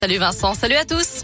Salut Vincent, salut à tous.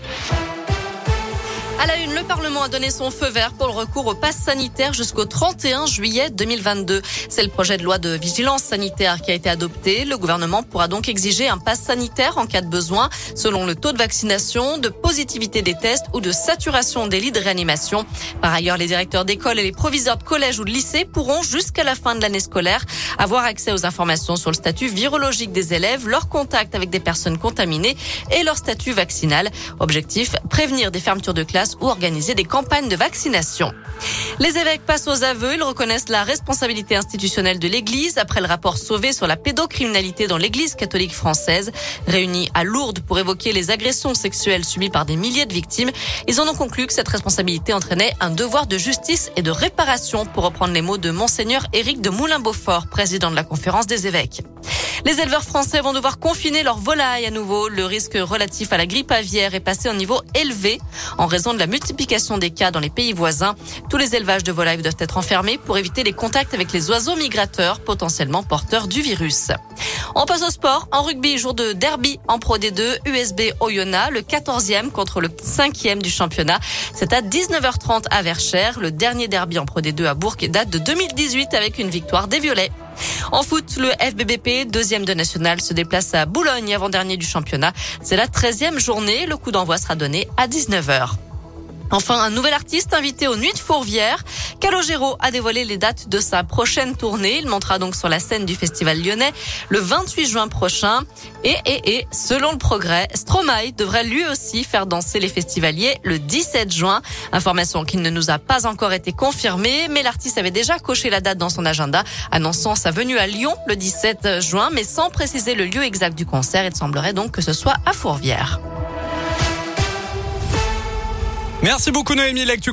À la une, le Parlement a donné son feu vert pour le recours au pass sanitaire jusqu'au 31 juillet 2022. C'est le projet de loi de vigilance sanitaire qui a été adopté. Le gouvernement pourra donc exiger un pass sanitaire en cas de besoin, selon le taux de vaccination, de positivité des tests ou de saturation des lits de réanimation. Par ailleurs, les directeurs d'école et les proviseurs de collège ou de lycée pourront, jusqu'à la fin de l'année scolaire, avoir accès aux informations sur le statut virologique des élèves, leur contact avec des personnes contaminées et leur statut vaccinal. Objectif, prévenir des fermetures de classe ou organiser des campagnes de vaccination. Les évêques passent aux aveux. Ils reconnaissent la responsabilité institutionnelle de l'Église après le rapport Sauvé sur la pédocriminalité dans l'Église catholique française. Réunis à Lourdes pour évoquer les agressions sexuelles subies par des milliers de victimes, ils en ont conclu que cette responsabilité entraînait un devoir de justice et de réparation, pour reprendre les mots de Monseigneur Éric de Moulin-Beaufort, président de la Conférence des évêques. Les éleveurs français vont devoir confiner leurs volailles à nouveau. Le risque relatif à la grippe aviaire est passé au niveau élevé en raison de la multiplication des cas dans les pays voisins. Tous les élevages de volailles doivent être enfermés pour éviter les contacts avec les oiseaux migrateurs potentiellement porteurs du virus. On passe au sport. En rugby, jour de derby en Pro D2, USB Oyonnax, le 14e contre le 5e du championnat. C'est à 19h30 à Verchères. Le dernier derby en Pro D2 à Bourg date de 2018 avec une victoire des Violets. En foot, le FBBP, deuxième de national, se déplace à Boulogne, avant-dernier du championnat. C'est la 13e journée. Le coup d'envoi sera donné à 19h. Enfin, un nouvel artiste invité aux Nuits de Fourvière. Calogero a dévoilé les dates de sa prochaine tournée. Il montera donc sur la scène du Festival lyonnais le 28 juin prochain. Et selon le progrès, Stromae devrait lui aussi faire danser les festivaliers le 17 juin. Information qui ne nous a pas encore été confirmée, mais l'artiste avait déjà coché la date dans son agenda, annonçant sa venue à Lyon le 17 juin, mais sans préciser le lieu exact du concert. Il semblerait donc que ce soit à Fourvière. Merci beaucoup Noémie.